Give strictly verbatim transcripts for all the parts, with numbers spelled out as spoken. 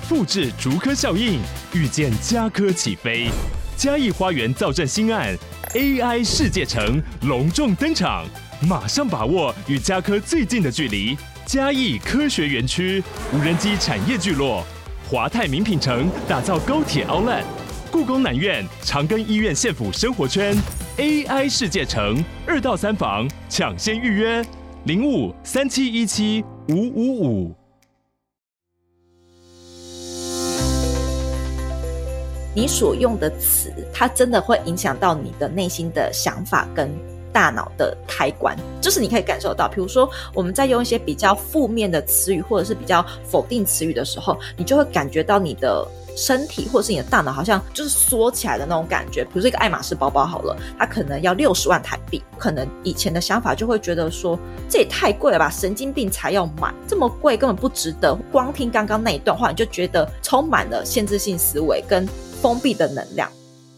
复制竹科效应，预见家科起飞。嘉义花园造镇新案 A I 世界城隆重登场，马上把握与家科最近的距离。嘉义科学园区无人机产业聚落，华泰名品城打造高铁 Outlet， 故宫南院长庚医院县府生活圈 A I 世界城二到三房抢先预约零五三七一七五五五。 你所用的词，它真的会影响到你的内心的想法跟大脑的开关，就是你可以感受到，比如说我们在用一些比较负面的词语或者是比较否定词语的时候，你就会感觉到你的身体或者是你的大脑好像就是缩起来的那种感觉。比如说一个爱马仕包包好了，它可能要六十万台币，可能以前的想法就会觉得说这也太贵了吧，神经病才要买，这么贵根本不值得。光听刚刚那一段话，你就觉得充满了限制性思维跟封闭的能量。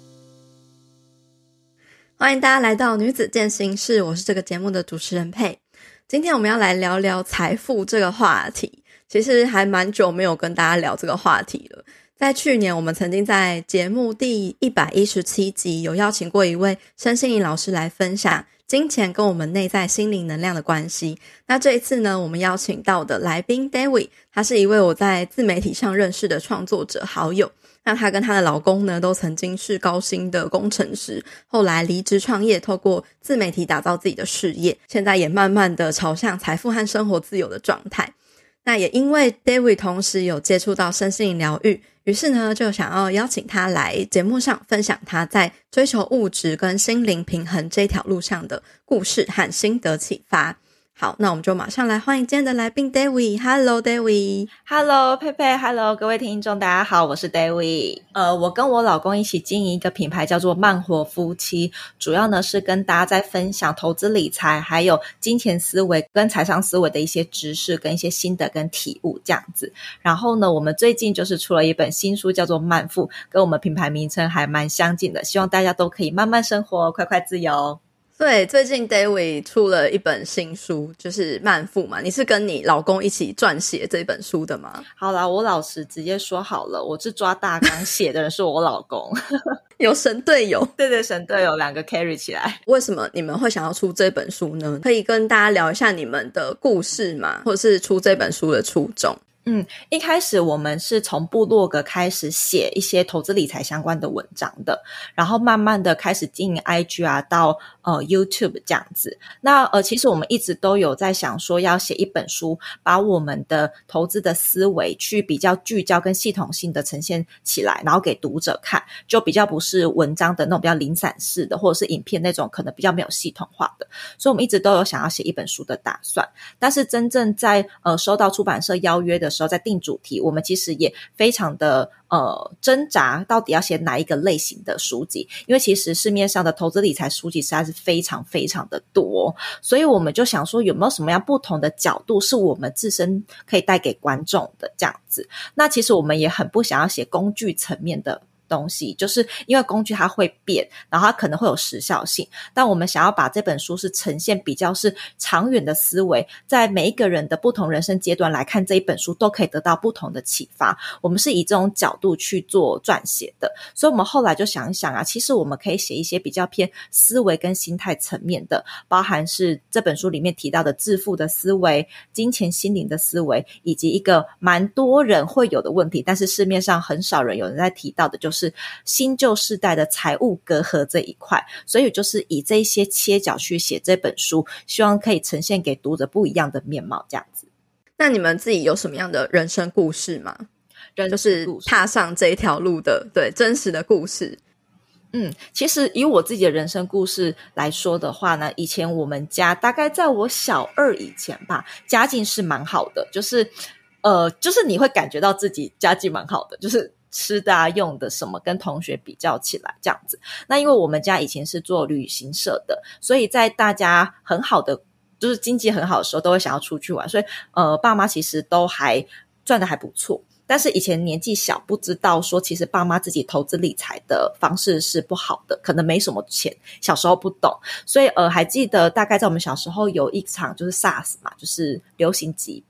欢迎大家来到女子健心室，我是这个节目的主持人佩。今天我们要来聊聊财富这个话题，其实还蛮久没有跟大家聊这个话题了。在去年我们曾经在节目第一百一十七集有邀请过一位身心灵老师来分享金钱跟我们内在心灵能量的关系。那这一次呢，我们邀请到的来宾 David， 他是一位我在自媒体上认识的创作者好友。那她跟她的老公呢，都曾经是高薪的工程师，后来离职创业，透过自媒体打造自己的事业，现在也慢慢的朝向财富和生活自由的状态。那也因为 David 同时有接触到身心灵疗愈，于是呢就想要邀请他来节目上分享他在追求物质跟心灵平衡这条路上的故事和心得启发。好，那我们就马上来欢迎今天的来宾 David。Hello David。Hello 佩佩 ，Hello 各位听众大家好，我是 David。呃，我跟我老公一起经营一个品牌叫做慢活夫妻，主要呢是跟大家在分享投资理财，还有金钱思维跟财商思维的一些知识跟一些心得跟体悟这样子。然后呢，我们最近就是出了一本新书叫做慢富，跟我们品牌名称还蛮相近的，希望大家都可以慢慢生活，快快自由。 对，最近 David 出了一本新书，就是慢富嘛。你是跟你老公一起撰写这本书的吗？ 好啦，我老实直接说好了，我是抓大纲写的人是我老公。 有神队友。 对对，神队友两个 carry 起来。 为什么你们会想要出这本书呢？可以跟大家聊一下你们的故事吗？或者是出这本书的初衷？ 嗯，一开始我们是从部落格开始写一些投资理财相关的文章的，然后慢慢的开始经营 I G 啊，到呃 YouTube 这样子。那呃，其实我们一直都有在想说要写一本书，把我们的投资的思维去比较聚焦跟系统性的呈现起来，然后给读者看，就比较不是文章的那种比较零散式的，或者是影片那种可能比较没有系统化的。所以我们一直都有想要写一本书的打算，但是真正在呃收到出版社邀约的时候，在定主题，我们其实也非常的呃挣扎，到底要写哪一个类型的书籍，因为其实市面上的投资理财书籍实在是非常非常的多，所以我们就想说有没有什么样不同的角度是我们自身可以带给观众的这样子。那其实我们也很不想要写工具层面的东西，就是因为工具它会变，然后它可能会有时效性，但我们想要把这本书是呈现比较是长远的思维，在每一个人的不同人生阶段来看这一本书都可以得到不同的启发，我们是以这种角度去做撰写的。所以我们后来就想一想啊，其实我们可以写一些比较偏思维跟心态层面的，包含是这本书里面提到的致富的思维、金钱心灵的思维，以及一个蛮多人会有的问题，但是市面上很少人有人在提到的，就是新旧世代的财务隔阂这一块。所以就是以这些切角去写这本书，希望可以呈现给读者不一样的面貌这样子。 那你们自己有什么样的人生故事吗？就是踏上这一条路的，对，真实的故事。 嗯，其实以我自己的人生故事来说的话呢，以前我们家大概在我小二以前吧，家境是蛮好的，就是呃，就是你会感觉到自己家境蛮好的，就是吃的啊用的什么跟同学比较起来这样子。那因为我们家以前是做旅行社的，所以在大家很好的就是经济很好的时候都会想要出去玩，所以呃，爸妈其实都还赚得还不错。但是以前年纪小，不知道说其实爸妈自己投资理财的方式是不好的，可能没什么钱，小时候不懂。所以呃，还记得大概在我们小时候有一场就是 SARS 嘛，就是流行疾病。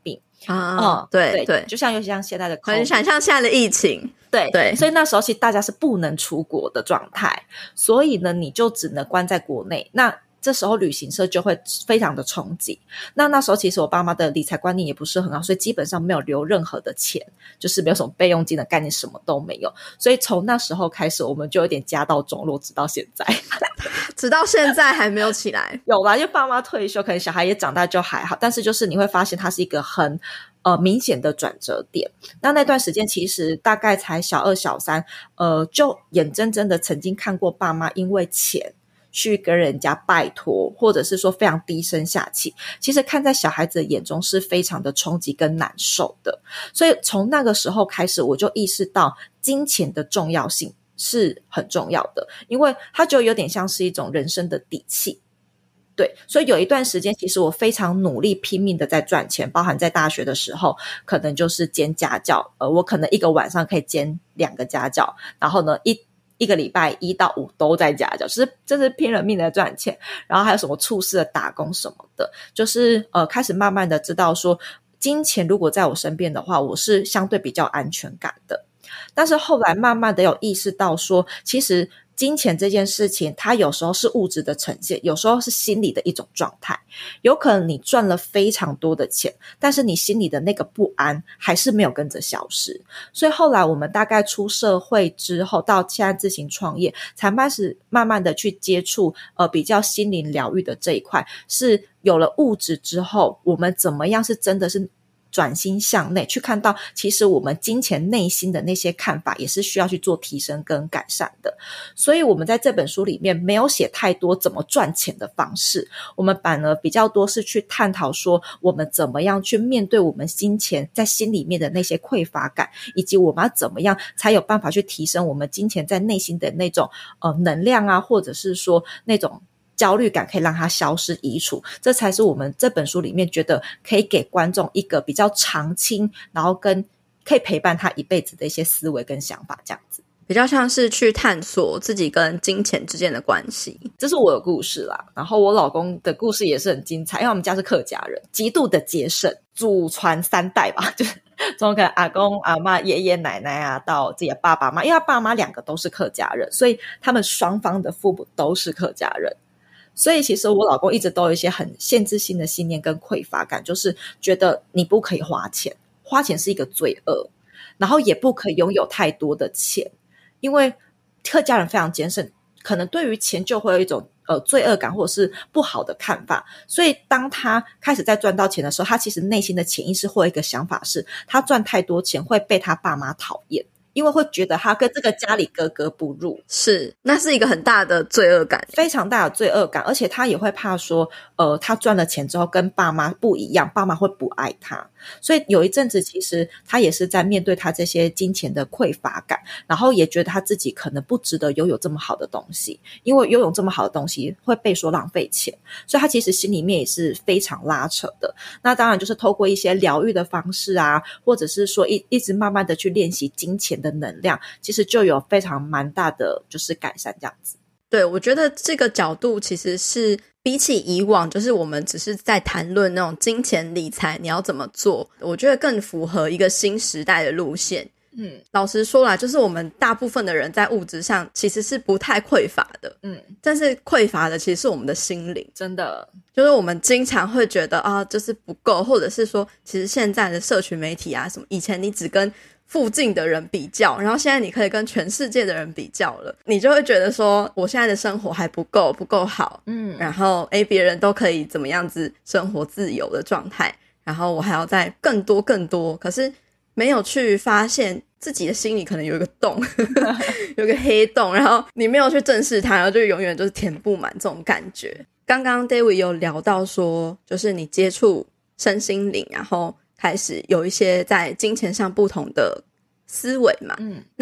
啊， 嗯， 对对对， 就像尤其像现在的 COVID， 很想象现在的疫情， 对对， 所以那时候其实大家是不能出国的状态，所以呢你就只能关在国内，那这时候旅行社就会非常的冲击。那那时候其实我爸妈的理财观念也不是很好，所以基本上没有留任何的钱，就是没有什么备用金的概念，什么都没有。所以从那时候开始我们就有点家道中落，直到现在直到现在还没有起来。 有啦，因为爸妈退休，可能小孩也长大就还好，但是就是你会发现它是一个很呃明显的转折点。那那段时间其实大概才小二小三，呃，就眼睁睁的曾经看过爸妈因为钱去跟人家拜托，或者是说非常低声下气，其实看在小孩子的眼中是非常的冲击跟难受的。所以从那个时候开始，我就意识到金钱的重要性是很重要的，因为它就有点像是一种人生的底气。对，所以有一段时间其实我非常努力拼命的在赚钱，包含在大学的时候可能就是兼家教，呃，我可能一个晚上可以兼两个家教，然后呢一一个礼拜一到五都在家教，就是真是拼了命的赚钱。然后还有什么处事的打工什么的，就是呃开始慢慢的知道说金钱如果在我身边的话，我是相对比较安全感的。但是后来慢慢的有意识到说，其实金钱这件事情它有时候是物质的呈现，有时候是心理的一种状态。有可能你赚了非常多的钱，但是你心里的那个不安还是没有跟着消失。所以后来我们大概出社会之后到现在自行创业，才开始慢慢的去接触呃比较心灵疗愈的这一块，是有了物质之后，我们怎么样是真的是转心向内，去看到其实我们金钱内心的那些看法也是需要去做提升跟改善的。所以我们在这本书里面没有写太多怎么赚钱的方式，我们反而比较多是去探讨说我们怎么样去面对我们金钱在心里面的那些匮乏感，以及我们要怎么样才有办法去提升我们金钱在内心的那种呃能量啊，或者是说那种焦虑感可以让它消失移除，这才是我们这本书里面觉得可以给观众一个比较长青，然后跟可以陪伴他一辈子的一些思维跟想法，这样子比较像是去探索自己跟金钱之间的关系。 这是我的故事啦。然后我老公的故事也是很精彩，因为我们家是客家人，极度的节省，祖传三代吧，就是从可能阿公阿嬷爷爷奶奶啊到自己的爸爸妈妈，因为他爸妈两个都是客家人，所以他们双方的父母都是客家人。所以其实我老公一直都有一些很限制性的信念跟匮乏感，就是觉得你不可以花钱，花钱是一个罪恶，然后也不可以拥有太多的钱，因为客家人非常节省，可能对于钱就会有一种呃罪恶感或者是不好的看法。所以当他开始在赚到钱的时候，他其实内心的潜意识会有一个想法是，他赚太多钱会被他爸妈讨厌，因为会觉得他跟这个家里格格不入， 是，那是一个很大的罪恶感， 非常大的罪恶感。而且他也会怕说呃，他赚了钱之后跟爸妈不一样，爸妈会不爱他。所以有一阵子其实他也是在面对他这些金钱的匮乏感，然后也觉得他自己可能不值得拥有这么好的东西，因为拥有这么好的东西会被说浪费钱，所以他其实心里面也是非常拉扯的。那当然就是透过一些疗愈的方式啊，或者是说一一直慢慢的去练习金钱的能量，其实就有非常蛮大的就是改善这样子。 对，我觉得这个角度其实是比起以往就是我们只是在谈论那种金钱理财你要怎么做，我觉得更符合一个新时代的路线。嗯，老实说啦，就是我们大部分的人在物质上其实是不太匮乏的，嗯，但是匮乏的其实是我们的心灵， 真的就是我们经常会觉得啊，就是不够，或者是说其实现在的社群媒体啊什么，以前你只跟附近的人比较，然后现在你可以跟全世界的人比较了，你就会觉得说我现在的生活还不够不够好，嗯，然后诶别人都可以怎么样子生活自由的状态，然后我还要再更多更多，可是没有去发现自己的心里可能有一个洞有一个黑洞，然后你没有去正视它，然后就永远就是填不满这种感觉。刚刚 David 有聊到说就是你接触身心灵，然后开始有一些在金钱上不同的思维嘛，嗯，那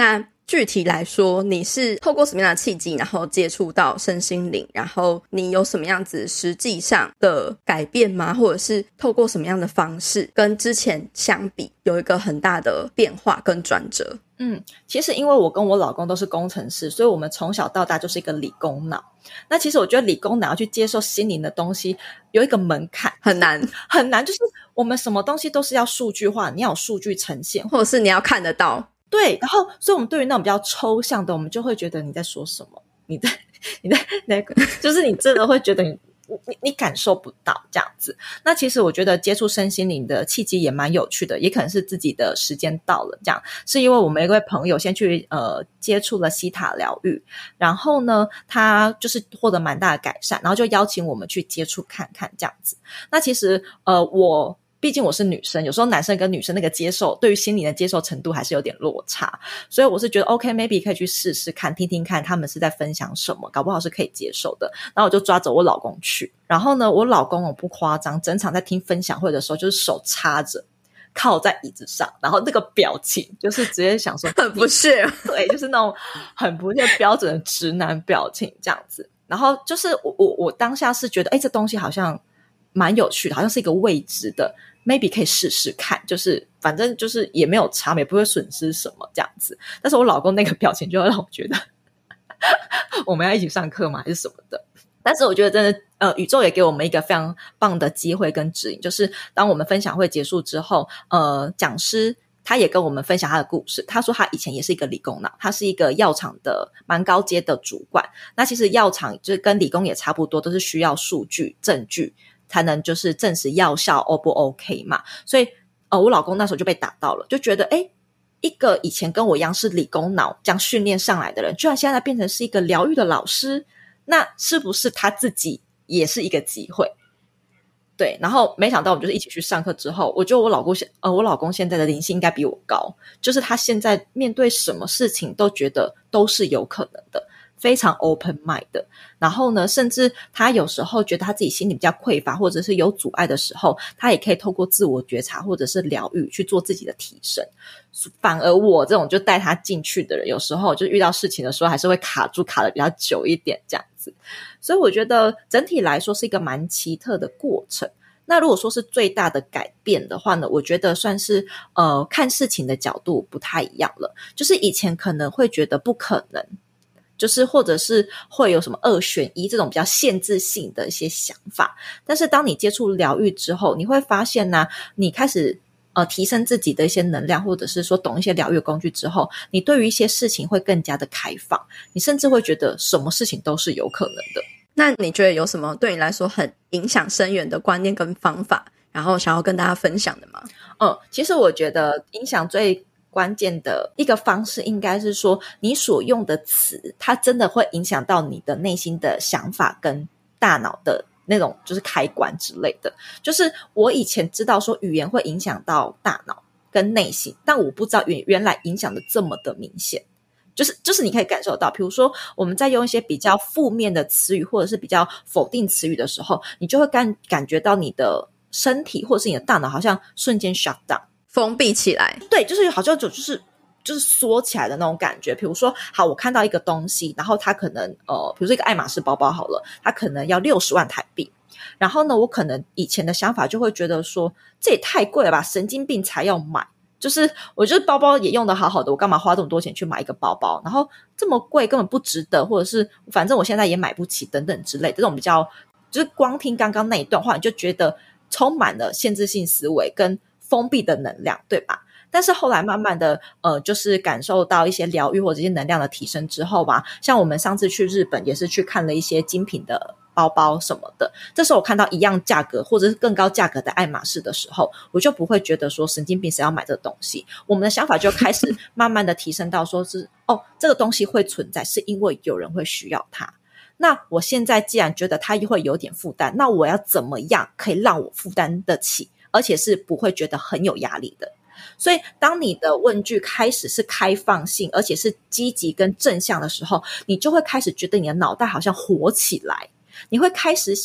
具体来说，你是透过什么样的契机，然后接触到身心灵，然后你有什么样子实际上的改变吗？或者是透过什么样的方式跟之前相比有一个很大的变化跟转折？ 嗯，其实因为我跟我老公都是工程师，所以我们从小到大就是一个理工脑。那其实我觉得理工脑要去接受心灵的东西有一个门槛， 很难很难，就是我们什么东西都是要数据化，你要有数据呈现， 或者是你要看得到。 对，然后所以我们对于那种比较抽象的，我们就会觉得你在说什么，你在你在那个，就是你真的会觉得你你你感受不到这样子。那其实我觉得接触身心灵的契机也蛮有趣的，也可能是自己的时间到了这样。是因为我们一位朋友先去呃接触了西塔疗愈，然后呢他就是获得蛮大的改善，然后就邀请我们去接触看看这样子。那其实呃我毕竟我是女生，有时候男生跟女生那个接受对于心理的接受程度还是有点落差，所以我是觉得 OK maybe 可以去试试看，听听看他们是在分享什么，搞不好是可以接受的。然后我就抓着我老公去，然后呢我老公我不夸张，整场在听分享会的时候就是手插着靠在椅子上，然后那个表情就是直接想说很不屑， 对，就是那种很不屑标准的直男表情这样子。然后就是我我我当下是觉得诶这东西好像蛮有趣的，好像是一个未知的maybe 可以试试看，就是反正就是也没有差，也不会损失什么这样子。但是我老公那个表情就让我觉得我们要一起上课吗还是什么的。但是我觉得真的呃，宇宙也给我们一个非常棒的机会跟指引，就是当我们分享会结束之后，呃，讲师他也跟我们分享他的故事。他说他以前也是一个理工脑，他是一个药厂的蛮高阶的主管。那其实药厂就是跟理工也差不多，都是需要数据证据才能就是证实药效 O 不 OK 嘛。所以呃，我老公那时候就被打到了，就觉得诶一个以前跟我一样是理工脑这样训练上来的人，居然现在变成是一个疗愈的老师，那是不是他自己也是一个机会？对，然后没想到我们就是一起去上课之后，我觉得我老公现呃，我老公现在的灵性应该比我高，就是他现在面对什么事情都觉得都是有可能的，非常 open mind 的。然后呢，甚至他有时候觉得他自己心里比较匮乏或者是有阻碍的时候，他也可以透过自我觉察或者是疗愈去做自己的提升。反而我这种就带他进去的人，有时候就遇到事情的时候还是会卡住，卡的比较久一点这样子。所以我觉得整体来说是一个蛮奇特的过程。那如果说是最大的改变的话呢，我觉得算是呃看事情的角度不太一样了。就是以前可能会觉得不可能，就是或者是会有什么二选一这种比较限制性的一些想法，但是当你接触疗愈之后，你会发现呢、啊，你开始呃提升自己的一些能量，或者是说懂一些疗愈工具之后，你对于一些事情会更加的开放，你甚至会觉得什么事情都是有可能的。 那你觉得有什么对你来说很影响深远的观念跟方法，然后想要跟大家分享的吗？ 嗯，其实我觉得影响最关键的一个方式应该是说，你所用的词它真的会影响到你的内心的想法跟大脑的那种就是开关之类的。就是我以前知道说语言会影响到大脑跟内心，但我不知道原原来影响的这么的明显。就是就是你可以感受到，比如说我们在用一些比较负面的词语或者是比较否定词语的时候，你就会感感觉到你的身体或者是你的大脑好像瞬间 shut down， 封闭起来。 对，就是好像就是就是缩起来的那种感觉。比如说好，我看到一个东西，然后它可能呃，比如说一个爱马仕包包好了，它可能要六十万台币，然后呢我可能以前的想法就会觉得说这也太贵了吧，神经病才要买，就是我觉得包包也用得好好的，我干嘛花这么多钱去买一个包包，然后这么贵根本不值得，或者是反正我现在也买不起等等之类的，这种比较就是光听刚刚那一段话你就觉得充满了限制性思维跟封闭的能量，对吧？但是后来慢慢的呃，就是感受到一些疗愈或者一些能量的提升之后吧，像我们上次去日本也是去看了一些精品的包包什么的，这时候我看到一样价格或者是更高价格的爱马仕的时候，我就不会觉得说神经病谁要买这个东西，我们的想法就开始慢慢的提升到说是哦，这个东西会存在是因为有人会需要它，那我现在既然觉得它会有点负担，那我要怎么样可以让我负担得起，而且是不会觉得很有压力的。所以当你的问句开始是开放性而且是积极跟正向的时候，你就会开始觉得你的脑袋好像活起来，你会开始想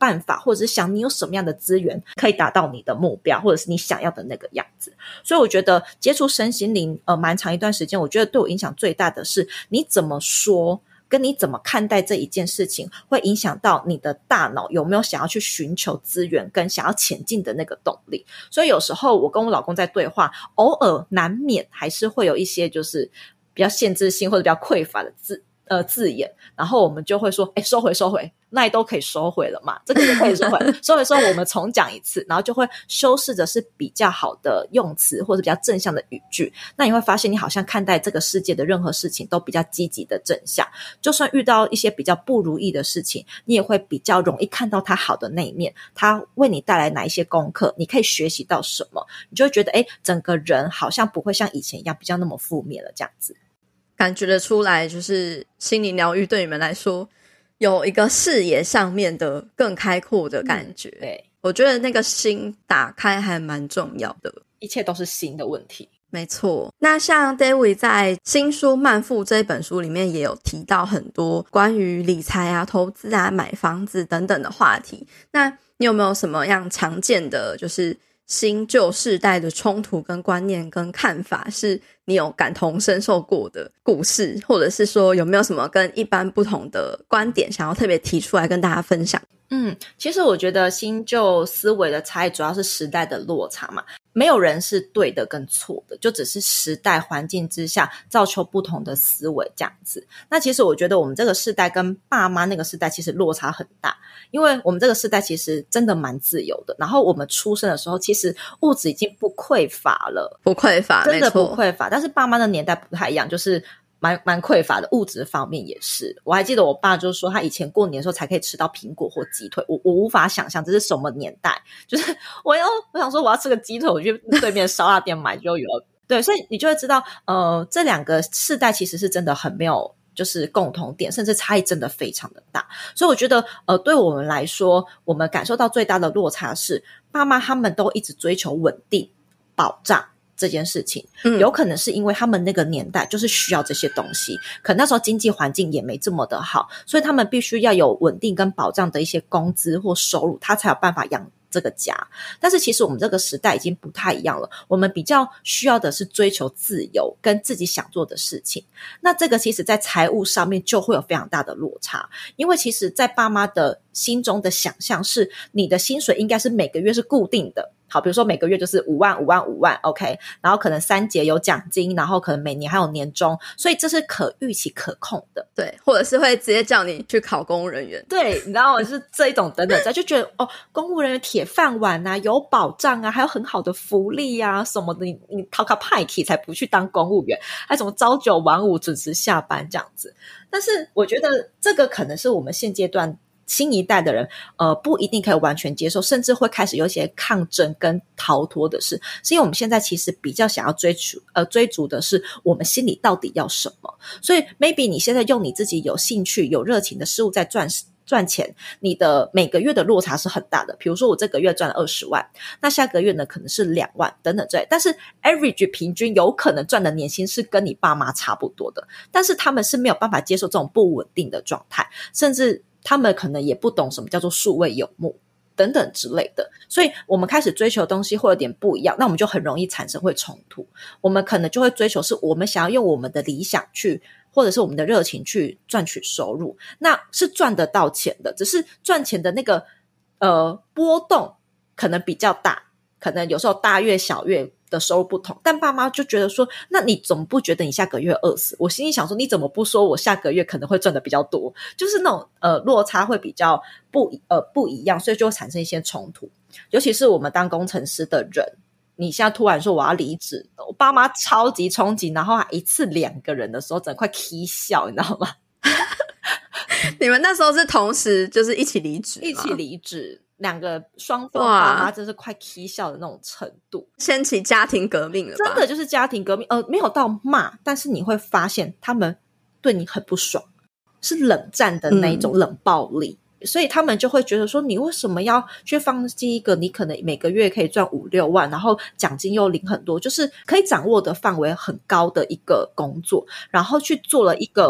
办法，或者是想你有什么样的资源可以达到你的目标，或者是你想要的那个样子。所以我觉得接触身心灵呃蛮长一段时间，我觉得对我影响最大的是你怎么说跟你怎么看待这一件事情，会影响到你的大脑有没有想要去寻求资源跟想要前进的那个动力。所以有时候我跟我老公在对话，偶尔难免还是会有一些就是比较限制性或者比较匮乏的字呃字眼，然后我们就会说诶收回收回，那都可以收回了嘛，这个就可以收回收回收回我们重讲一次，然后就会修饰的是比较好的用词或者比较正向的语句。那你会发现你好像看待这个世界的任何事情都比较积极的正向，就算遇到一些比较不如意的事情，你也会比较容易看到它好的那一面，它为你带来哪一些功课，你可以学习到什么，你就会觉得诶整个人好像不会像以前一样比较那么负面了这样子。 感觉得出来，就是心理疗愈对你们来说有一个视野上面的更开阔的感觉、 嗯、对， 我觉得那个心打开还蛮重要的， 一切都是心的问题。 没错。那像 David 在新书《慢富》这本书里面也有提到很多关于理财啊、投资啊、买房子等等的话题，那你有没有什么样常见的就是新旧世代的冲突跟观念跟看法是你有感同身受过的故事，或者是说有没有什么跟一般不同的观点想要特别提出来跟大家分享？ 嗯，其实我觉得新旧思维的差异主要是时代的落差嘛，没有人是对的跟错的，就只是时代环境之下造就不同的思维这样子。那其实我觉得我们这个世代跟爸妈那个世代其实落差很大，因为我们这个世代其实真的蛮自由的，然后我们出生的时候其实物质已经不匮乏了， 不匮乏， 真的不匮乏。但是爸妈的年代不太一样，就是蛮蛮匮乏的，物质方面也是。我还记得我爸就说他以前过年的时候才可以吃到苹果或鸡腿，我我无法想象这是什么年代，就是我要我想说我要吃个鸡腿，我去对面烧腊店买就有了。对，所以你就会知道呃，这两个世代其实是真的很没有就是共同点，甚至差异真的非常的大。所以我觉得呃，对我们来说，我们感受到最大的落差是爸妈他们都一直追求稳定保障这件事情，有可能是因为他们那个年代就是需要这些东西，可能那时候经济环境也没这么的好，所以他们必须要有稳定跟保障的一些工资或收入，他才有办法养这个家。但是其实我们这个时代已经不太一样了，我们比较需要的是追求自由跟自己想做的事情。那这个其实在财务上面就会有非常大的落差，因为其实在爸妈的心中的想象是你的薪水应该是每个月是固定的，好，比如说每个月就是五万五万五万 OK， 然后可能三节有奖金，然后可能每年还有年终，所以这是可预期可控的。 对，或者是会直接叫你去考公务人员， 对，你知道是这一种等等就觉得哦，公务人员铁饭碗啊，有保障啊，还有很好的福利啊什么的，你你讨个派系才不去当公务员，还什么朝九晚五准时下班这样子。但是我觉得这个可能是我们现阶段新一代的人呃，不一定可以完全接受，甚至会开始有一些抗争跟逃脱的事，是因为我们现在其实比较想要追逐呃追逐的是我们心里到底要什么。所以 maybe 你现在用你自己有兴趣有热情的事物在赚赚钱，你的每个月的落差是很大的。比如说我这个月赚了二十万，那下个月呢可能是两万等等之类，但是 average 平均有可能赚的年薪是跟你爸妈差不多的，但是他们是没有办法接受这种不稳定的状态，甚至他们可能也不懂什么叫做数位游牧等等之类的，所以我们开始追求的东西会有点不一样，那我们就很容易产生会冲突。我们可能就会追求是我们想要用我们的理想去或者是我们的热情去赚取收入，那是赚得到钱的，只是赚钱的那个呃波动可能比较大，可能有时候大月小月的收入不同，但爸妈就觉得说那你怎么不觉得你下个月饿死？我心里想说你怎么不说我下个月可能会赚的比较多，就是那种呃落差会比较不呃不一样，所以就会产生一些冲突。尤其是我们当工程师的人，你现在突然说我要离职，我爸妈超级冲击，然后还一次两个人的时候真的快起笑，你知道吗？ 你们那时候是同时就是一起离职吗？ 一起离职，两个双方爸妈真是快起笑的那种程度， 掀起家庭革命了吧？ 真的就是家庭革命，呃，没有到骂，但是你会发现他们对你很不爽，是冷战的那一种冷暴力、嗯、所以他们就会觉得说你为什么要去放弃一个你可能每个月可以赚五六万，然后奖金又领很多，就是可以掌握的范围很高的一个工作，然后去做了一个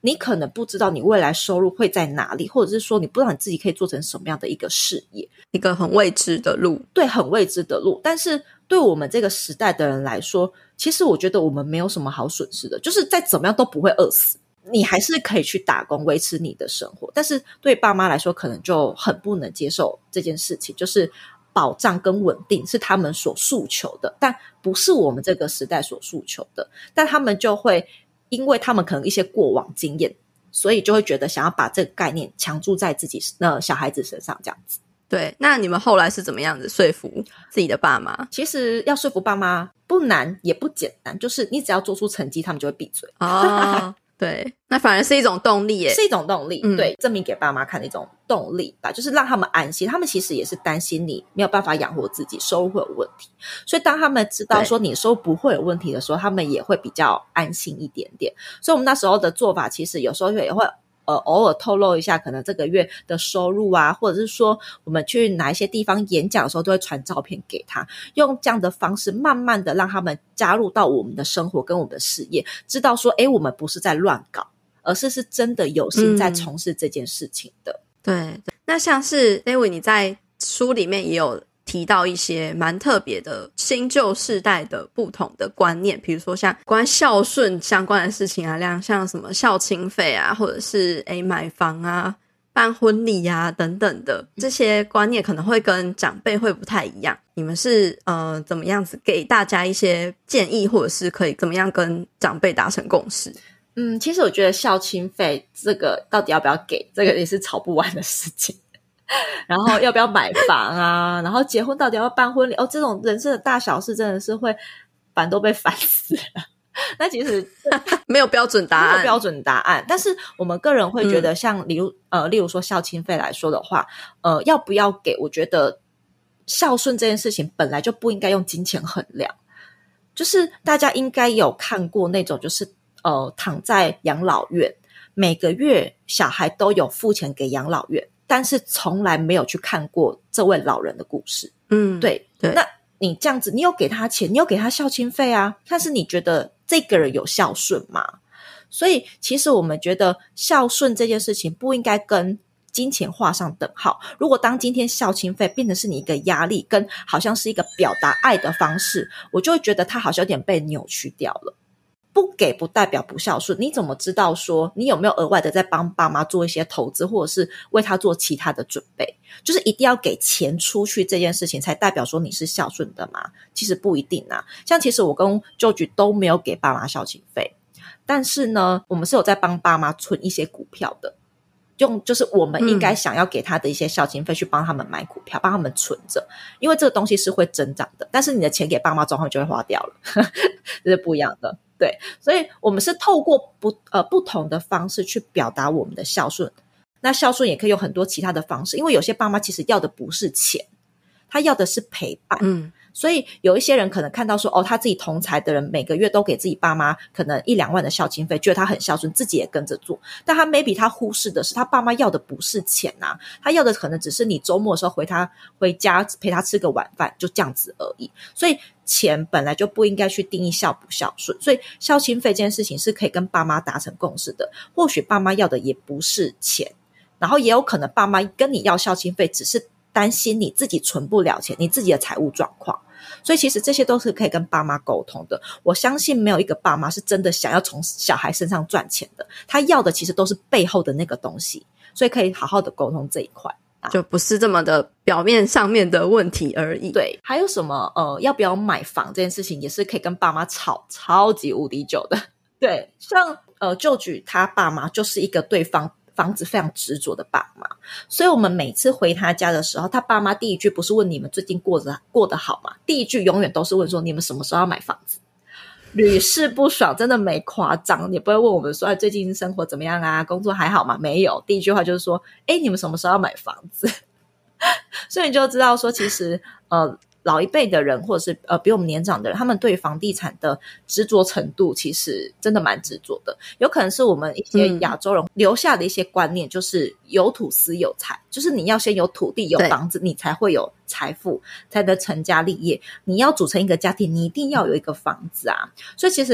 你可能不知道你未来收入会在哪里，或者是说你不知道你自己可以做成什么样的一个事业， 一个很未知的路。 对，很未知的路。但是对我们这个时代的人来说，其实我觉得我们没有什么好损失的，就是再怎么样都不会饿死，你还是可以去打工维持你的生活。但是对爸妈来说可能就很不能接受这件事情，就是保障跟稳定是他们所诉求的，但不是我们这个时代所诉求的。但他们就会因为他们可能一些过往经验，所以就会觉得想要把这个概念强注在自己那小孩子身上这样子。 对，那你们后来是怎么样子说服自己的爸妈？ 其实要说服爸妈不难也不简单，就是你只要做出成绩他们就会闭嘴。 哦对，那反而是一种动力耶， 是一种动力、 嗯、 对，证明给爸妈看的一种动力吧，就是让他们安心。他们其实也是担心你没有办法养活自己，收入会有问题，所以当他们知道说你收入不会有问题的时候，他们也会比较安心一点点。所以我们那时候的做法其实有时候也会呃，偶尔透露一下可能这个月的收入啊，或者是说我们去哪一些地方演讲的时候都会传照片给他，用这样的方式慢慢的让他们加入到我们的生活跟我们的事业，知道说诶我们不是在乱搞，而是是真的有心在从事这件事情的、 嗯、对。那像是 David 你在书里面也有提到一些蛮特别的新旧世代的不同的观念，比如说像关于孝顺相关的事情啊，像什么孝亲费啊，或者是诶买房啊、办婚礼啊等等的，这些观念可能会跟长辈会不太一样。你们是呃怎么样子给大家一些建议，或者是可以怎么样跟长辈达成共识？ 嗯，其实我觉得孝亲费这个到底要不要给，这个也是吵不完的事情。然后要不要买房啊，然后结婚到底要不要办婚礼，哦，这种人生的大小事真的是会烦都被烦死了。那其实没有标准答案， 没有标准答案。但是我们个人会觉得像例如、嗯、呃，例如说孝亲费来说的话，呃，要不要给，我觉得孝顺这件事情本来就不应该用金钱衡量。就是大家应该有看过那种就是呃躺在养老院，每个月小孩都有付钱给养老院，但是从来没有去看过这位老人的故事。 嗯， 对对。那你这样子，你有给他钱，你有给他孝亲费啊，但是你觉得这个人有孝顺吗？所以其实我们觉得孝顺这件事情不应该跟金钱画上等号。如果当今天孝亲费变成是你一个压力，跟好像是一个表达爱的方式，我就会觉得它好像有点被扭曲掉了。不给不代表不孝顺，你怎么知道说你有没有额外的在帮爸妈做一些投资，或者是为他做其他的准备？就是一定要给钱出去这件事情才代表说你是孝顺的吗？其实不一定啊。像其实我跟舅舅都没有给爸妈孝亲费，但是呢我们是有在帮爸妈存一些股票的，用就是我们应该想要给他的一些孝亲费去帮他们买股票，帮他们存着，因为这个东西是会增长的，但是你的钱给爸妈之后就会花掉了这是不一样的。对，所以我们是透过不呃不同的方式去表达我们的孝顺。那孝顺也可以用很多其他的方式，因为有些爸妈其实要的不是钱，他要的是陪伴。嗯，所以有一些人可能看到说哦，他自己同才的人每个月都给自己爸妈可能一两万的孝亲费，觉得他很孝顺，自己也跟着做，但他 maybe 他忽视的是他爸妈要的不是钱啊，他要的可能只是你周末的时候回他回家陪他吃个晚饭，就这样子而已。所以钱本来就不应该去定义孝不孝顺，所以孝亲费这件事情是可以跟爸妈达成共识的。或许爸妈要的也不是钱，然后也有可能爸妈跟你要孝亲费只是担心你自己存不了钱，你自己的财务状况，所以其实这些都是可以跟爸妈沟通的。我相信没有一个爸妈是真的想要从小孩身上赚钱的，他要的其实都是背后的那个东西，所以可以好好的沟通这一块， 就不是这么的表面上面的问题而已。 对，还有什么呃，要不要买房这件事情也是可以跟爸妈吵超级无敌久的。对，像呃舅舅他爸妈就是一个对方房子非常执着的爸妈，所以我们每次回他家的时候，他爸妈第一句不是问你们最近过得过得好吗？第一句永远都是问说你们什么时候要买房子，屡试不爽，真的没夸张。也不会问我们说、哎、最近生活怎么样啊，工作还好吗？没有，第一句话就是说诶你们什么时候要买房子所以你就知道说其实呃老一辈的人或者是呃比我们年长的人，他们对房地产的执着程度其实真的蛮执着的。有可能是我们一些亚洲人留下的一些观念，就是有土司有财，就是你要先有土地有房子，你才会有财富，才能成家立业。你要组成一个家庭，你一定要有一个房子啊。所以其实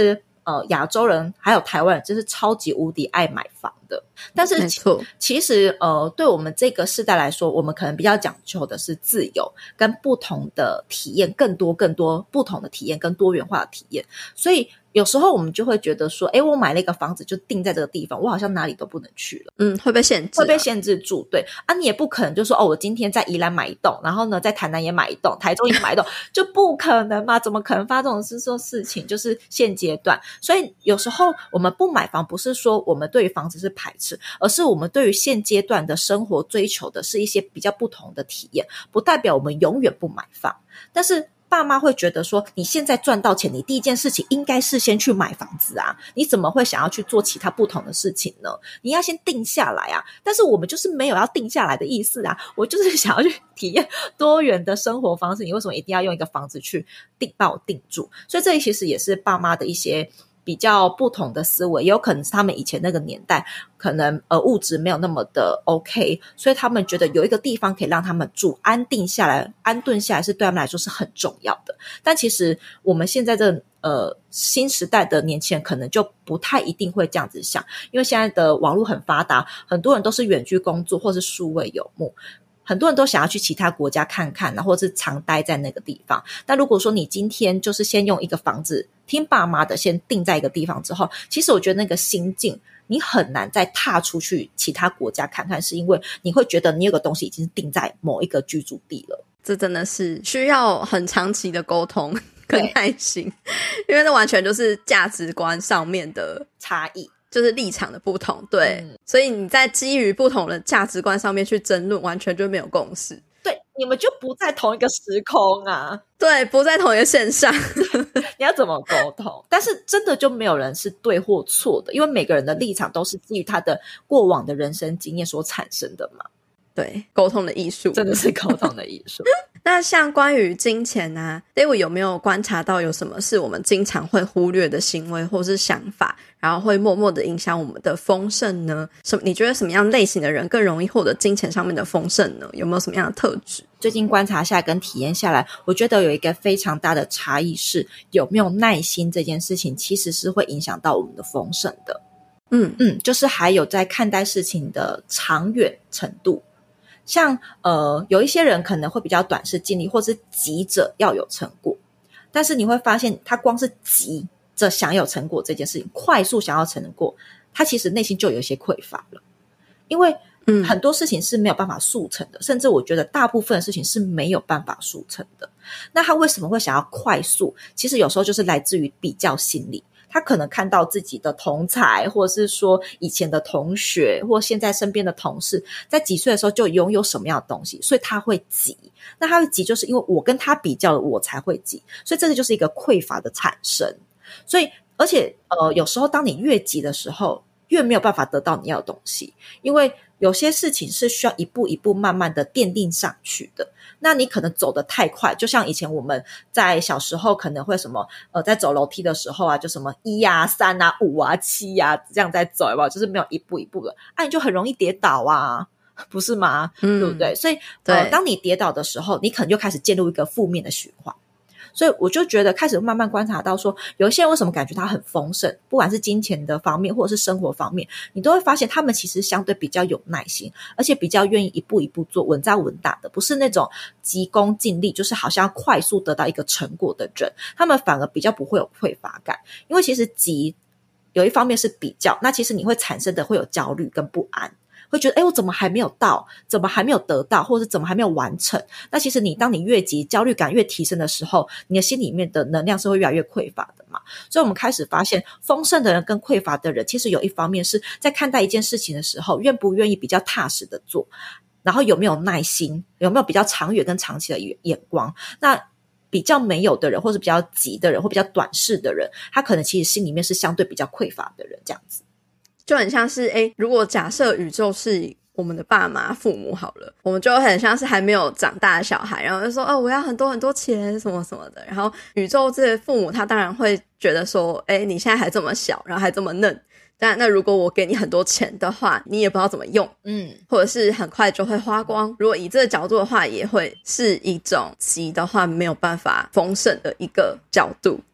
呃亚洲人还有台湾人就是超级无敌爱买房的。但是其其实呃对我们这个世代来说，我们可能比较讲究的是自由跟不同的体验，更多更多不同的体验跟多元化的体验。所以有时候我们就会觉得说，诶，我买了一个房子就定在这个地方，我好像哪里都不能去了。 嗯，会被限制、啊、 会被限制住。对啊，你也不可能就说哦，我今天在宜兰买一栋，然后呢在台南也买一栋，台中也买一栋就不可能嘛，怎么可能发这种事做事情，就是现阶段。所以有时候我们不买房不是说我们对于房子是排斥，而是我们对于现阶段的生活追求的是一些比较不同的体验，不代表我们永远不买房。但是爸妈会觉得说，你现在赚到钱，你第一件事情应该是先去买房子啊，你怎么会想要去做其他不同的事情呢？你要先定下来啊。但是我们就是没有要定下来的意思啊，我就是想要去体验多元的生活方式，你为什么一定要用一个房子去定把我定住？所以这其实也是爸妈的一些比较不同的思维，也有可能是他们以前那个年代可能呃物质没有那么的 OK， 所以他们觉得有一个地方可以让他们住，安定下来安顿下来是对他们来说是很重要的。但其实我们现在这呃新时代的年轻人可能就不太一定会这样子想，因为现在的网络很发达，很多人都是远距工作或是数位游牧，很多人都想要去其他国家看看，然后是常待在那个地方。但如果说你今天就是先用一个房子听爸妈的先定在一个地方之后，其实我觉得那个心境你很难再踏出去其他国家看看，是因为你会觉得你有个东西已经是定在某一个居住地了。 这真的是需要很长期的沟通跟耐心，因为那完全就是价值观上面的差异， 就是立场的不同。对、嗯、所以你在基于不同的价值观上面去争论，完全就没有共识。 对，你们就不在同一个时空啊。 对，不在同一个线上你要怎么沟通？但是真的就没有人是对或错的，因为每个人的立场都是基于他的过往的人生经验所产生的嘛。 对，沟通的艺术， 真的是沟通的艺术。 那像关于金钱啊 David 有没有观察到有什么是我们经常会忽略的行为或是想法，然后会默默的影响我们的丰盛呢？什么？你觉得什么样类型的人更容易获得金钱上面的丰盛呢？有没有什么样的特质？ 最近观察下来跟体验下来，我觉得有一个非常大的差异是，有没有耐心这件事情其实是会影响到我们的丰盛的。嗯嗯，就是还有在看待事情的长远程度。像呃，有一些人可能会比较短视近利，或是急着要有成果，但是你会发现他光是急着想有成果这件事情，快速想要成果，他其实内心就有一些匮乏了。因为很多事情是没有办法速成的、嗯、甚至我觉得大部分的事情是没有办法速成的。那他为什么会想要快速？其实有时候就是来自于比较心理，他可能看到自己的同侪，或者是说以前的同学，或现在身边的同事在几岁的时候就拥有什么样的东西，所以他会急。那他会急就是因为我跟他比较了，我才会急，所以这个就是一个匮乏的产生。所以而且呃，有时候当你越急的时候，越没有办法得到你要的东西，因为有些事情是需要一步一步慢慢的奠定上去的。那你可能走得太快，就像以前我们在小时候可能会什么呃，在走楼梯的时候啊，就什么一啊三啊五啊七啊这样在走，有没有？就是没有一步一步的，啊你就很容易跌倒啊，不是吗？嗯、对不对？所以呃，当你跌倒的时候，你可能就开始进入一个负面的循环。所以我就觉得开始慢慢观察到说，有一些人为什么感觉他很丰盛，不管是金钱的方面或者是生活方面，你都会发现他们其实相对比较有耐心，而且比较愿意一步一步做，稳扎稳打的，不是那种急功近利，就是好像要快速得到一个成果的人，他们反而比较不会有匮乏感。因为其实急有一方面是比较，那其实你会产生的会有焦虑跟不安，会觉得诶我怎么还没有到，怎么还没有得到，或者是怎么还没有完成。那其实你当你越急，焦虑感越提升的时候，你的心里面的能量是会越来越匮乏的嘛。所以我们开始发现丰盛的人跟匮乏的人，其实有一方面是在看待一件事情的时候，愿不愿意比较踏实的做，然后有没有耐心，有没有比较长远跟长期的眼光。那比较没有的人，或是比较急的人，或比较短视的人，他可能其实心里面是相对比较匮乏的人，这样子。 就很像是诶，如果假设宇宙是我们的爸妈父母好了，我们就很像是还没有长大的小孩，然后就说哦我要很多很多钱什么什么的，然后宇宙这父母他当然会觉得说诶你现在还这么小，然后还这么嫩，但那如果我给你很多钱的话，你也不知道怎么用，嗯，或者是很快就会花光。如果以这个角度的话，也会是一种急的话没有办法丰盛的一个角度。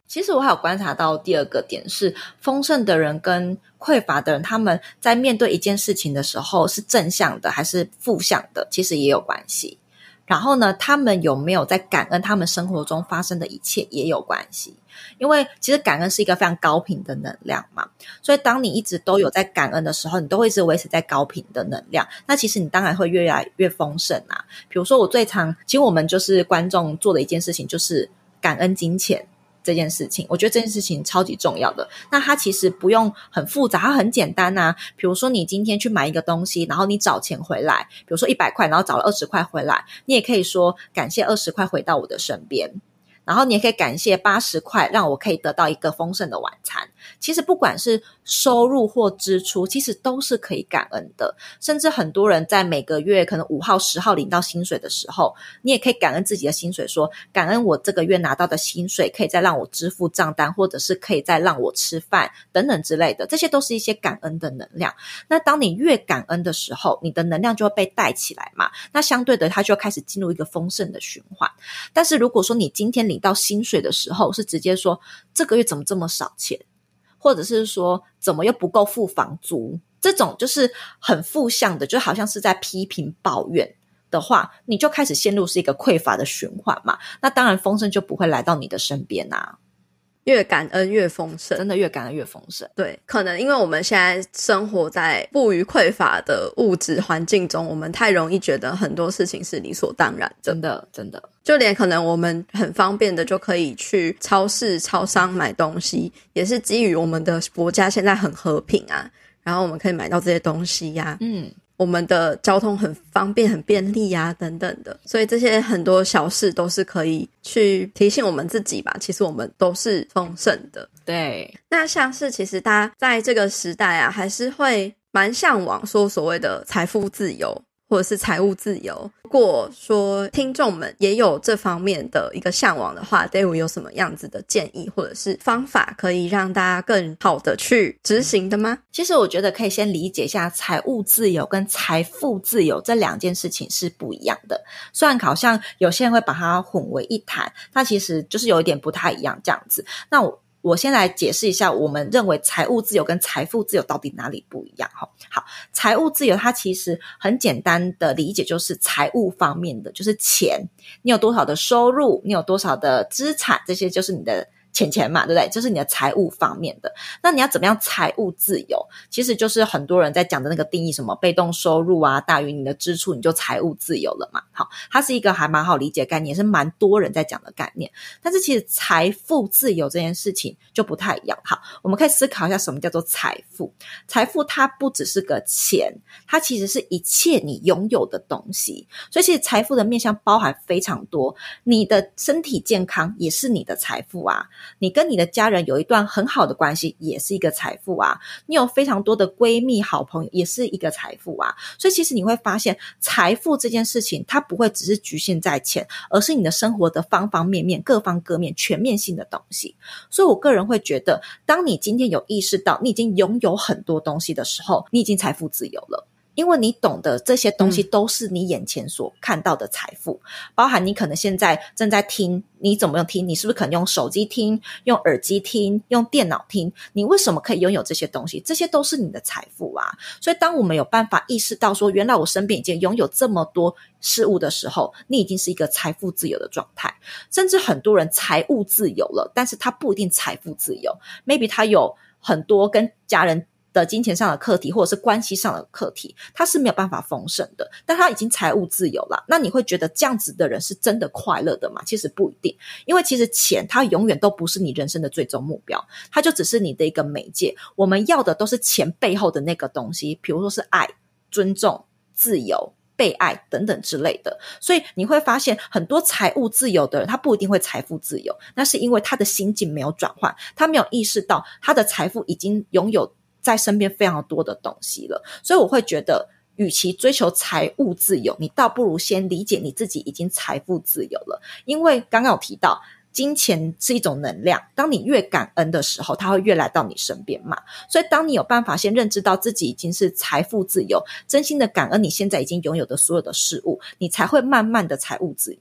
其实我还有观察到第二个点是，丰盛的人跟匮乏的人，他们在面对一件事情的时候是正向的还是负向的，其实也有关系。然后呢，他们有没有在感恩他们生活中发生的一切也有关系。因为其实感恩是一个非常高频的能量嘛，所以当你一直都有在感恩的时候，你都会一直维持在高频的能量，那其实你当然会越来越丰盛啊。比如说我最常，其实我们就是观众做的一件事情就是感恩金钱这件事情，我觉得这件事情超级重要的。那它其实不用很复杂，它很简单啊。比如说你今天去买一个东西，然后你找钱回来，比如说一百块，然后找了二十块回来，你也可以说感谢二十块回到我的身边，然后你也可以感谢八十块让我可以得到一个丰盛的晚餐。其实不管是收入或支出，其实都是可以感恩的。甚至很多人在每个月可能五号十号领到薪水的时候，你也可以感恩自己的薪水，说感恩我这个月拿到的薪水可以再让我支付账单，或者是可以再让我吃饭等等之类的，这些都是一些感恩的能量。那当你越感恩的时候，你的能量就会被带起来嘛，那相对的它就开始进入一个丰盛的循环。但是如果说你今天领到薪水的时候是直接说这个月怎么这么少钱，或者是说怎么又不够付房租，这种就是很负向的，就好像是在批评抱怨的话，你就开始陷入是一个匮乏的循环嘛，那当然丰盛就不会来到你的身边啊。 越感恩越丰盛， 真的越感恩越丰盛。 对，可能因为我们现在生活在不虞匮乏的物质环境中，我们太容易觉得很多事情是理所当然的。 真的真的， 就连可能我们很方便的就可以去超市超商买东西，也是基于我们的国家现在很和平啊，然后我们可以买到这些东西呀、啊、嗯，我们的交通很方便很便利啊等等的，所以这些很多小事都是可以去提醒我们自己吧，其实我们都是丰盛的。 对， 那像是其实大家在这个时代啊，还是会蛮向往说所谓的财富自由或者是财务自由。如果说听众们也有这方面的一个向往的话， David 有什么样子的建议或者是方法可以让大家更好的去执行的吗？ 其实我觉得可以先理解一下财务自由跟财富自由这两件事情是不一样的，虽然好像有些人会把它混为一谈，那其实就是有一点不太一样这样子。那我我先来解释一下我们认为财务自由跟财富自由到底哪里不一样。好，财务自由它其实很简单的理解就是财务方面的，就是钱，你有多少的收入，你有多少的资产，这些就是你的钱钱嘛，对不对？这是你的财务方面的。那你要怎么样财务自由？其实就是很多人在讲的那个定义，什么被动收入啊大于你的支出，你就财务自由了嘛。好，它是一个还蛮好理解的概念，也是蛮多人在讲的概念。但是其实财富自由这件事情就不太一样。好，我们可以思考一下什么叫做财富。财富它不只是个钱，它其实是一切你拥有的东西。所以其实财富的面向包含非常多，你的身体健康也是你的财富啊，你跟你的家人有一段很好的关系也是一个财富啊，你有非常多的闺蜜好朋友也是一个财富啊。所以其实你会发现财富这件事情它不会只是局限在钱，而是你的生活的方方面面各方各面全面性的东西。所以我个人会觉得，当你今天有意识到你已经拥有很多东西的时候，你已经财富自由了，因为你懂得这些东西都是你眼前所看到的财富、嗯、包含你可能现在正在听，你怎么用听，你是不是可能用手机听，用耳机听，用电脑听，你为什么可以拥有这些东西，这些都是你的财富啊。所以当我们有办法意识到说原来我身边已经拥有这么多事物的时候，你已经是一个财富自由的状态。甚至很多人财务自由了，但是他不一定财富自由， maybe 他有很多跟家人的金钱上的课题或者是关系上的课题，他是没有办法丰盛的，但他已经财务自由了。那你会觉得这样子的人是真的快乐的吗？其实不一定，因为其实钱它永远都不是你人生的最终目标，它就只是你的一个媒介。我们要的都是钱背后的那个东西，比如说是爱、尊重、自由、被爱等等之类的。所以你会发现很多财务自由的人他不一定会财富自由，那是因为他的心境没有转换，他没有意识到他的财富已经拥有在身边非常多的东西了。所以我会觉得与其追求财务自由，你倒不如先理解你自己已经财富自由了。因为刚刚有提到金钱是一种能量，当你越感恩的时候它会越来到你身边嘛。所以当你有办法先认知到自己已经是财富自由，真心的感恩你现在已经拥有的所有的事物，你才会慢慢的财务自由。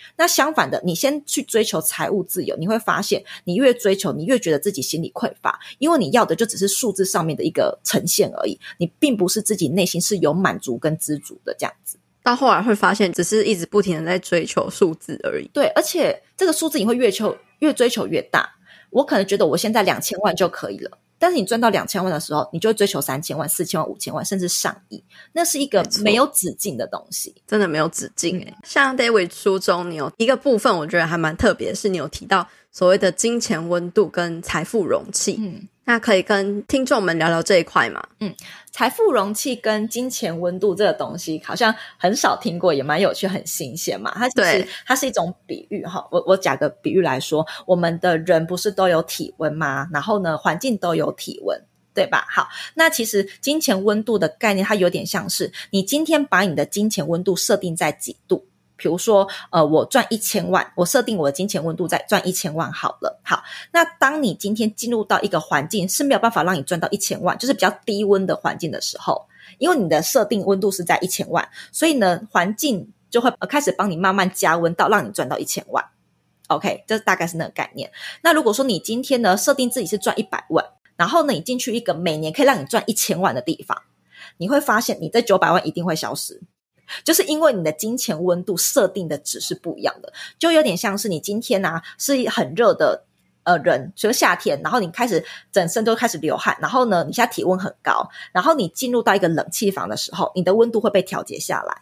那相反的，你先去追求财务自由，你会发现你越追求你越觉得自己心里匮乏，因为你要的就只是数字上面的一个呈现而已，你并不是自己内心是有满足跟知足的这样子。 到后来会发现只是一直不停的在追求数字而已。 对，而且这个数字你会越求越追求越大，我可能觉得我现在两千万就可以了，但是你赚到两千万的时候，你就会追求三千万、四千万、五千万，甚至上亿。那是一个没有止境的东西， 真的没有止境诶、欸。像 David 书中，你有一个部分，我觉得还蛮特别，是你有提到所谓的金钱温度跟财富容器。嗯，那可以跟听众们聊聊这一块吗？ 嗯，财富容器跟金钱温度这个东西好像很少听过，也蛮有趣，很新鲜嘛。它其实它是一种比喻哈。我我讲个比喻来说，我们的人不是都有体温吗？然后呢，环境都有体温，对吧？好，那其实金钱温度的概念，它有点像是你今天把你的金钱温度设定在几度。比如说呃，我赚一千万，我设定我的金钱温度在赚一千万好了。好，那当你今天进入到一个环境是没有办法让你赚到一千万，就是比较低温的环境的时候，因为你的设定温度是在一千万，所以呢环境就会开始帮你慢慢加温到让你赚到一千万。 OK， 这大概是那个概念。那如果说你今天呢设定自己是赚一百万，然后呢你进去一个每年可以让你赚一千万的地方，你会发现你这九百万一定会消失，就是因为你的金钱温度设定的值是不一样的。就有点像是你今天啊是很热的呃人，就是夏天，然后你开始整身都开始流汗，然后呢你现在体温很高，然后你进入到一个冷气房的时候，你的温度会被调节下来。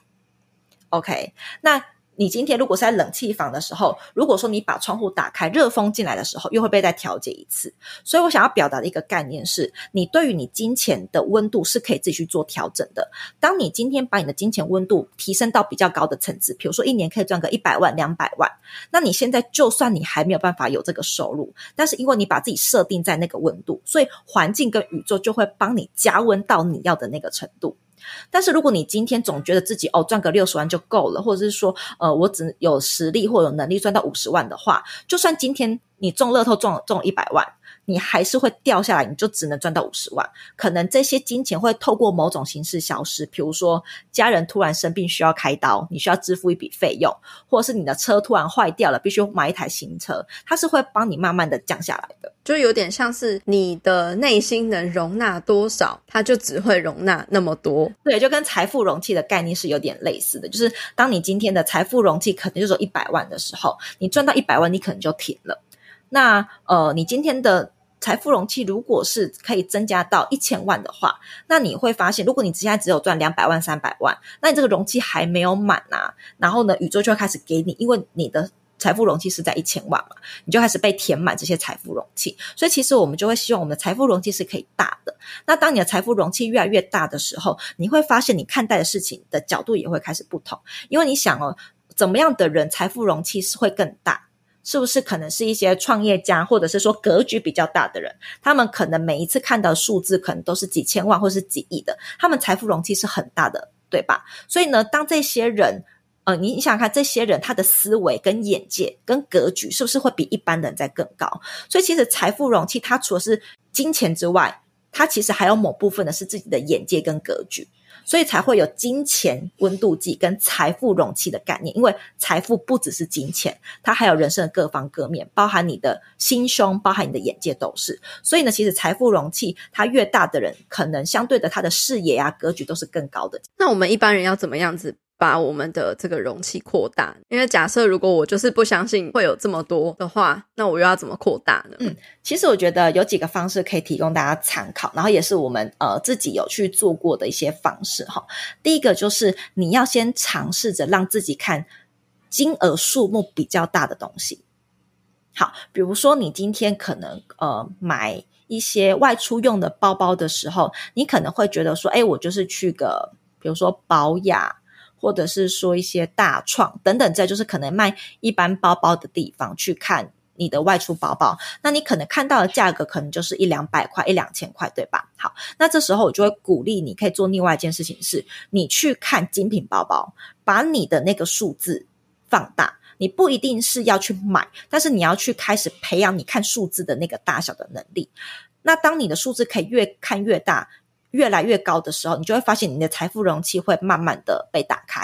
OK， 那你今天如果是在冷气房的时候，如果说你把窗户打开，热风进来的时候又会被再调节一次。所以我想要表达的一个概念是，你对于你金钱的温度是可以自己去做调整的。当你今天把你的金钱温度提升到比较高的层次，比如说一年可以赚个一百万两百万，那你现在就算你还没有办法有这个收入，但是因为你把自己设定在那个温度，所以环境跟宇宙就会帮你加温到你要的那个程度。但是如果你今天总觉得自己哦赚个六十万就够了，或者是说呃我只有实力或有能力赚到五十万的话，就算今天你中乐透中中一百万，你还是会掉下来，你就只能赚到五十万。可能这些金钱会透过某种形式消失，比如说家人突然生病需要开刀，你需要支付一笔费用，或者是你的车突然坏掉了，必须买一台新车，它是会帮你慢慢的降下来的。 就有点像是你的内心能容纳多少，它就只会容纳那么多。 对，就跟财富容器的概念是有点类似的，就是当你今天的财富容器可能就是一百万的时候，你赚到一百万你可能就停了。那呃，你今天的财富容器如果是可以增加到一千万的话，那你会发现如果你现在只有赚两百万三百万，那你这个容器还没有满啊，然后呢宇宙就会开始给你，因为你的财富容器是在一千万嘛，你就开始被填满这些财富容器。所以其实我们就会希望我们的财富容器是可以大的。那当你的财富容器越来越大的时候，你会发现你看待的事情的角度也会开始不同。因为你想哦，怎么样的人财富容器是会更大？是不是可能是一些创业家，或者是说格局比较大的人，他们可能每一次看到的数字可能都是几千万或是几亿的，他们财富容器是很大的，对吧？所以呢，当这些人呃，你想想看，这些人他的思维跟眼界跟格局是不是会比一般人再更高？所以其实财富容器它除了是金钱之外，它其实还有某部分的是自己的眼界跟格局，所以才会有金钱温度计跟财富容器的概念。因为财富不只是金钱，它还有人生的各方各面，包含你的心胸，包含你的眼界都是。所以呢，其实财富容器它越大的人，可能相对的他的视野啊格局都是更高的。 那我们一般人要怎么样子把我们的这个容器扩大？因为假设如果我就是不相信会有这么多的话，那我又要怎么扩大呢？ 嗯，其实我觉得有几个方式可以提供大家参考，然后也是我们呃自己有去做过的一些方式哈。第一个就是你要先尝试着让自己看金额数目比较大的东西。好，比如说你今天可能呃买一些外出用的包包的时候，你可能会觉得说，诶，我就是去个比如说宝雅，或者是说一些大创等等，这就是可能卖一般包包的地方去看你的外出包包，那你可能看到的价格可能就是一两百块一两千块，对吧？好，那这时候我就会鼓励你可以做另外一件事情，是你去看精品包包，把你的那个数字放大。你不一定是要去买，但是你要去开始培养你看数字的那个大小的能力。那当你的数字可以越看越大越来越高的时候，你就会发现你的财富容器会慢慢的被打开。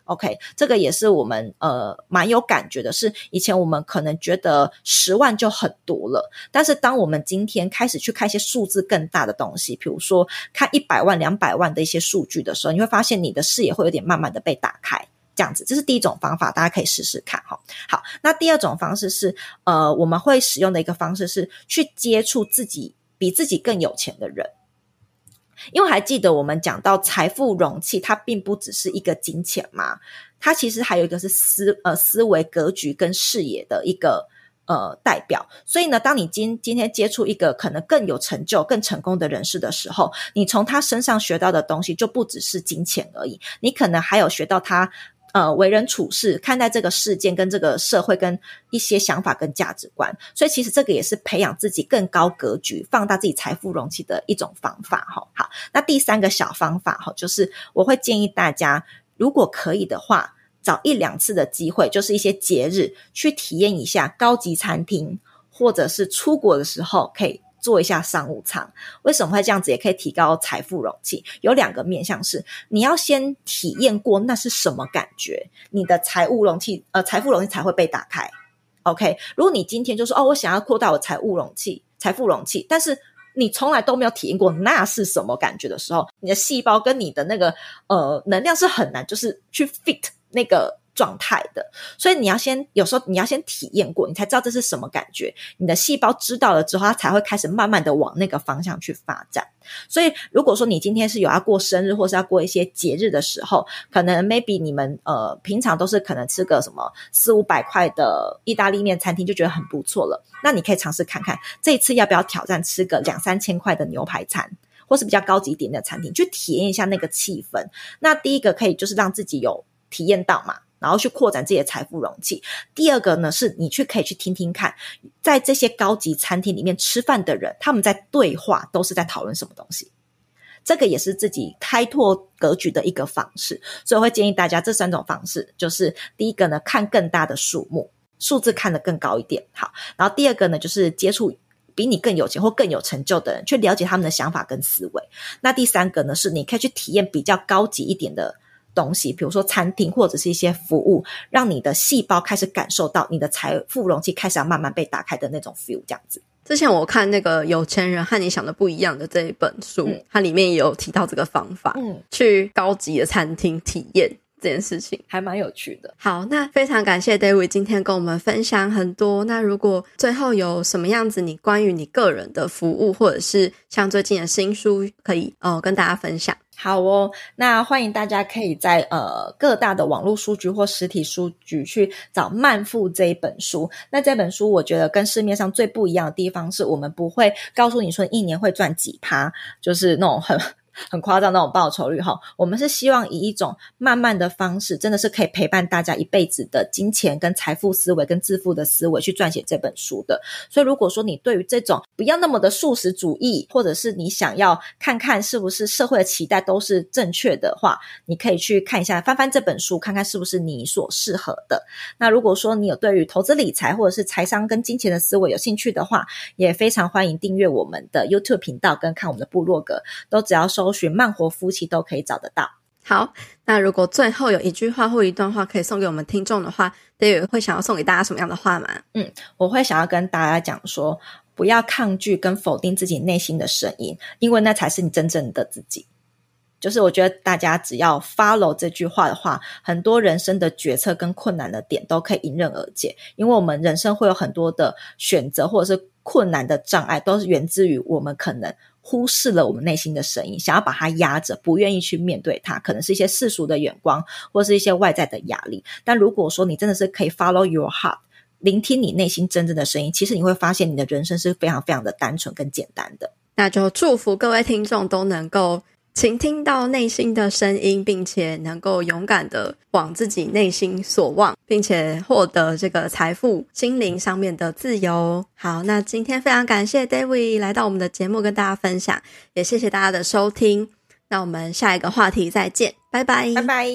OK， 这个也是我们呃蛮有感觉的，是以前我们可能觉得十万就很多了，但是当我们今天开始去看一些数字更大的东西，比如说看一百万两百万的一些数据的时候，你会发现你的视野会有点慢慢的被打开，这样子，这是第一种方法，大家可以试试看哈。好，那第二种方式是呃我们会使用的一个方式是去接触自己比自己更有钱的人。因为还记得我们讲到财富容器，它并不只是一个金钱嘛，它其实还有一个是思呃思维格局跟视野的一个呃代表。所以呢，当你今今天接触一个可能更有成就更成功的人士的时候，你从他身上学到的东西就不只是金钱而已，你可能还有学到他呃，为人处事，看待这个事件跟这个社会跟一些想法跟价值观，所以其实这个也是培养自己更高格局放大自己财富容器的一种方法。好，那第三个小方法就是我会建议大家，如果可以的话，找一两次的机会，就是一些节日去体验一下高级餐厅，或者是出国的时候可以做一下商务舱。为什么会这样子也可以提高财富容器？有两个面向是，你要先体验过那是什么感觉，你的财务容器呃财富容器才会被打开。 OK， 如果你今天就说哦，我想要扩大我财务容器财富容器，但是你从来都没有体验过那是什么感觉的时候，你的细胞跟你的那个呃能量是很难就是去 fit 那个状态的。所以你要先有时候你要先体验过，你才知道这是什么感觉，你的细胞知道了之后，它才会开始慢慢的往那个方向去发展。所以如果说你今天是有要过生日或是要过一些节日的时候，可能 maybe 你们呃平常都是可能吃个什么四五百块的意大利面餐厅就觉得很不错了，那你可以尝试看看这一次要不要挑战吃个两三千块的牛排餐，或是比较高级一点的餐厅，去体验一下那个气氛。那第一个可以就是让自己有体验到嘛，然后去扩展自己的财富容器。第二个呢，是你去可以去听听看，在这些高级餐厅里面吃饭的人，他们在对话都是在讨论什么东西，这个也是自己开拓格局的一个方式。所以我会建议大家这三种方式，就是第一个呢，看更大的数目，数字看得更高一点。好，然后第二个呢，就是接触比你更有钱或更有成就的人，去了解他们的想法跟思维。那第三个呢，是你可以去体验比较高级一点的东西，比如说餐厅或者是一些服务，让你的细胞开始感受到你的财富容器开始要慢慢被打开的那种 feel， 这样子。 之前我看那个有钱人和你想的不一样的这一本书、嗯、它里面也有提到这个方法、嗯、去高级的餐厅体验这件事情， 还蛮有趣的。 好，那非常感谢 David 今天跟我们分享很多。那如果最后有什么样子你关于你个人的服务，或者是像最近的新书可以呃跟大家分享。 好哦，那欢迎大家可以在呃各大的网络书局或实体书局去找慢富这一本书。那这本书我觉得跟市面上最不一样的地方是，我们不会告诉你说一年会赚几趴，就是那种很很夸张那种报酬率齁，我们是希望以一种慢慢的方式，真的是可以陪伴大家一辈子的金钱跟财富思维跟致富的思维去撰写这本书的。所以如果说你对于这种不要那么的素食主义，或者是你想要看看是不是社会的期待都是正确的话，你可以去看一下翻翻这本书，看看是不是你所适合的。那如果说你有对于投资理财或者是财商跟金钱的思维有兴趣的话，也非常欢迎订阅我们的 YouTube 频道跟看我们的部落格，都只要搜寻慢活夫妻都可以找得到。 好，那如果最后有一句话或一段话可以送给我们听众的话， David 会想要送给大家什么样的话吗？ 嗯，我会想要跟大家讲说，不要抗拒跟否定自己内心的声音，因为那才是你真正的自己。就是我觉得大家只要 follow 这句话的话，很多人生的决策跟困难的点都可以迎刃而解。因为我们人生会有很多的选择或者是困难的障碍，都是源自于我们可能忽视了我们内心的声音，想要把它压着，不愿意去面对它，可能是一些世俗的眼光或是一些外在的压力。但如果说你真的是可以 follow your heart， 聆听你内心真正的声音，其实你会发现你的人生是非常非常的单纯跟简单的。 那就祝福各位听众都能够倾听到内心的声音，并且能够勇敢的往自己内心所望，并且获得这个财富心灵上面的自由。好，那今天非常感谢 David 来到我们的节目跟大家分享，也谢谢大家的收听。那我们下一个话题再见，拜拜拜拜。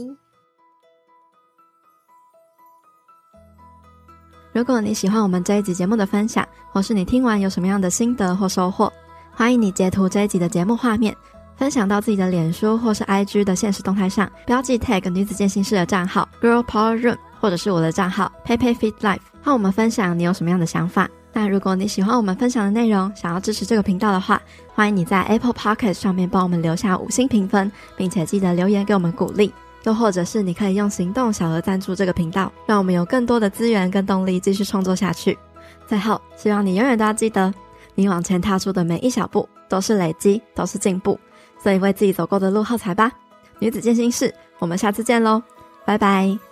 如果你喜欢我们这一集节目的分享，或是你听完有什么样的心得或收获，欢迎你截图这一集的节目画面分享到自己的脸书或是 I G 的限时动态上，标记 tag 女子健心室的账号 Girl Power Room， 或者是我的账号 PeiPei Fit Life， 和我们分享你有什么样的想法。那如果你喜欢我们分享的内容，想要支持这个频道的话，欢迎你在 Apple Podcast 上面帮我们留下五星评分，并且记得留言给我们鼓励。又或者是你可以用行动小额赞助这个频道，让我们有更多的资源跟动力继续创作下去。最后，希望你永远都要记得，你往前踏出的每一小步都是累积，都是进步，所以为自己走过的路喝彩吧。女子健心室，我们下次见咯，拜拜。